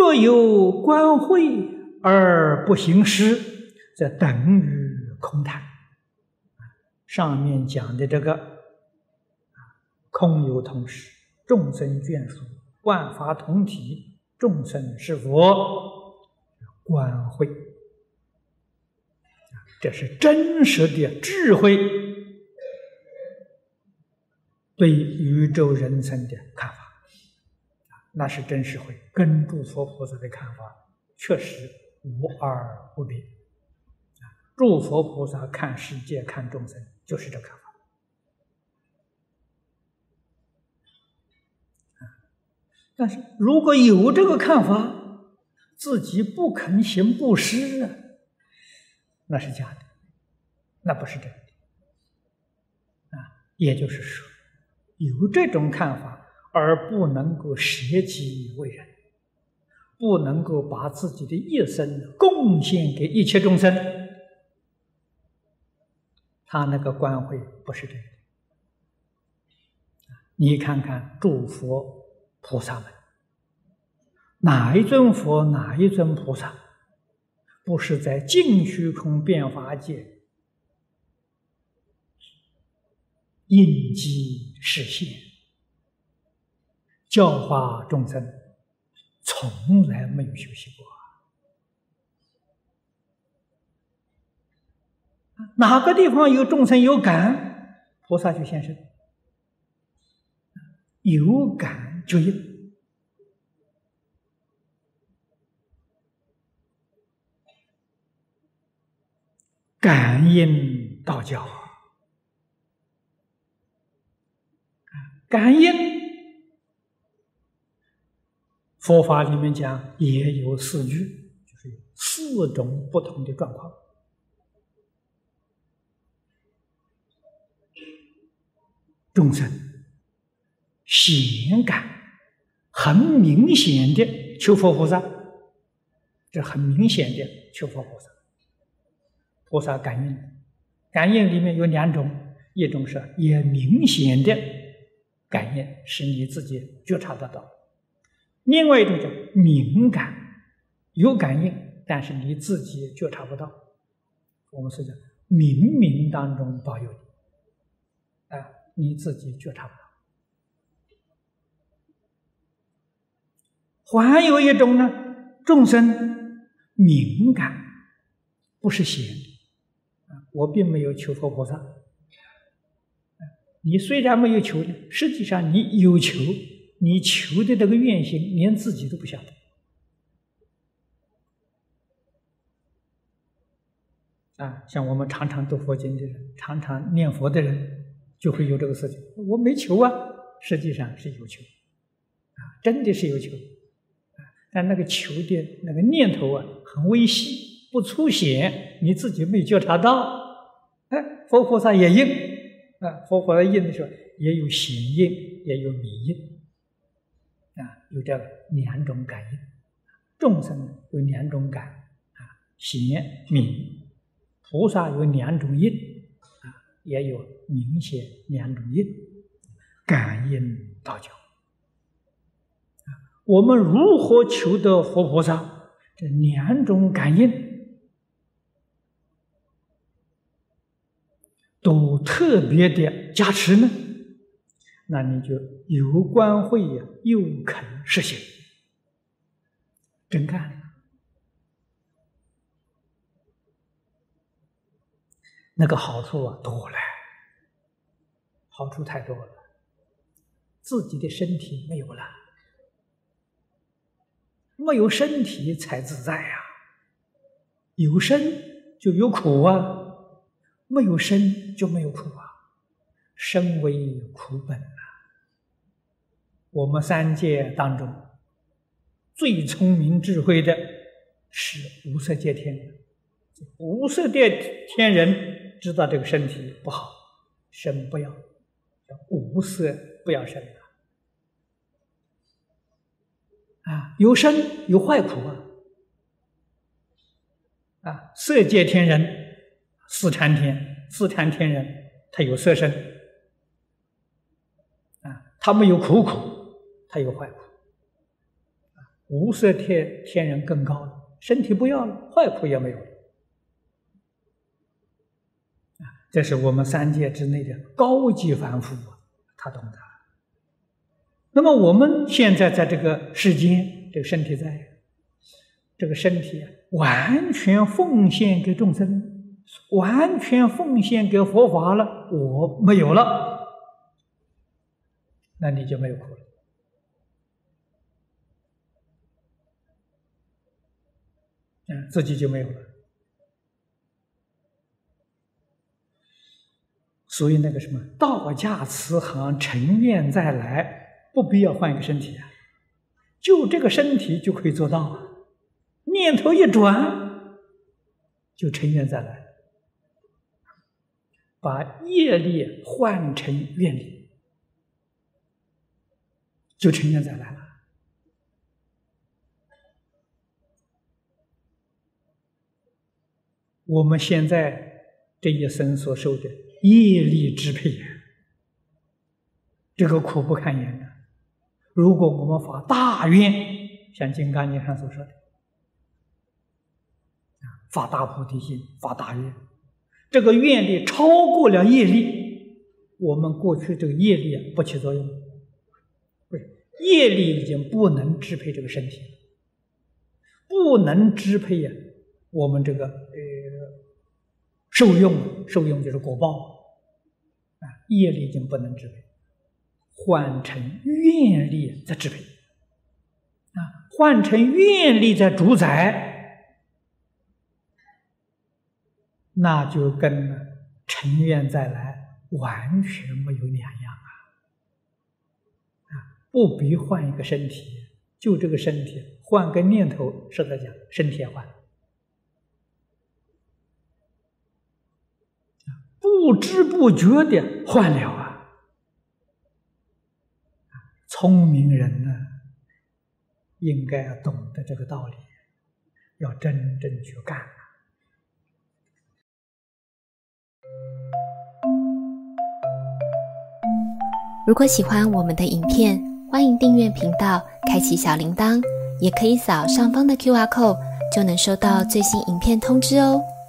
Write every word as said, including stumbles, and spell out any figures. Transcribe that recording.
若有观慧而不行施，则等于空谈。上面讲的这个空有同时，众生眷属，万法同体，众生是佛，观慧，这是真实的智慧对宇宙人生的看法，那是真实慧，跟诸佛菩萨的看法确实无二无别。诸佛菩萨看世界看众生就是这看法。但是如果有这个看法，自己不肯行布施啊，那是假的，那不是真的啊。也就是说，有这种看法而不能够舍己为人，不能够把自己的一生贡献给一切众生，他那个观慧不是真的。你看看诸佛菩萨们，哪一尊佛哪一尊菩萨不是在净虚空变法界应机示现，教化众生，从来没有休息过。哪个地方有众生有感，菩萨就现身，有感就应。感应道教，感应佛法里面讲也有四句，就是有四种不同的状况。众生显感，很明显的求佛菩萨，这很明显的求佛菩萨。菩萨感应，感应里面有两种，一种是也明显的感应，是你自己觉察得到；另外一种叫敏感，有感应，但是你自己觉察不到。我们是讲冥冥当中保佑你，啊，你自己觉察不到。还有一种呢，众生敏感，不是显的。我并没有求佛菩萨，你虽然没有求，实际上你有求，你求的这个愿心连自己都不晓得。啊，像我们常常读佛经的人，常常念佛的人，就会有这个事情。我没求啊，实际上是有求，啊，真的是有求，啊，但那个求的那个念头啊，很微细，不粗显，你自己没觉察到。哎，佛菩萨也应，啊，佛菩萨应的时候也有显应，也有迷应，啊，有这两种感应。众生有两种感，啊，显明；菩萨有两种应，啊，也有明显两种应，感应道教。啊，我们如何求得佛菩萨这两种感应？都特别的加持呢，那你就有观慧呀，又肯实行，真干了，那个好处啊多了，好处太多了。自己的身体没有了，没有身体才自在呀，有身就有苦啊。没有身就没有苦啊，身为苦本啊。我们三界当中最聪明智慧的是无色界天人，无色界天人知道这个身体不好，身不要，无色不要身啊，有身有坏苦啊，啊，色界天人。四禅天，四禅天人，他有色身，啊，他没有苦苦，他有坏苦，啊， 无色天天人更高了，身体不要了，坏苦也没有了。这是我们三界之内的高级凡夫啊，他懂得。那么我们现在在这个世间，这个身体在，这个身体完全奉献给众生，完全奉献给佛法了，我没有了，那你就没有苦了。嗯，自己就没有了。所以那个什么道驾慈航，成愿再来，不必要换一个身体啊，就这个身体就可以做到啊。念头一转，就成愿再来，把业力换成愿力，就成愿再来了。我们现在这一生所受的业力支配，这个苦不堪言的。如果我们发大愿，像《金刚经》上所说的，发大菩提心，发大愿，这个愿力超过了业力，我们过去这个业力不起作用，不是业力已经不能支配这个身体，不能支配呀、啊。我们这个呃受用，受用就是果报啊，业力已经不能支配，换成愿力在支配啊，换成愿力在主宰，那就跟成愿再来完全没有两样啊！啊，不必换一个身体，就这个身体换个念头，实在讲，身体也换。不知不觉的换了啊！聪明人呢，应该要懂得这个道理，要真正去干。 如果喜欢我们的影片，欢迎订阅频道，开启小铃铛，也可以扫上方的 Q R code， 就能收到最新影片通知哦。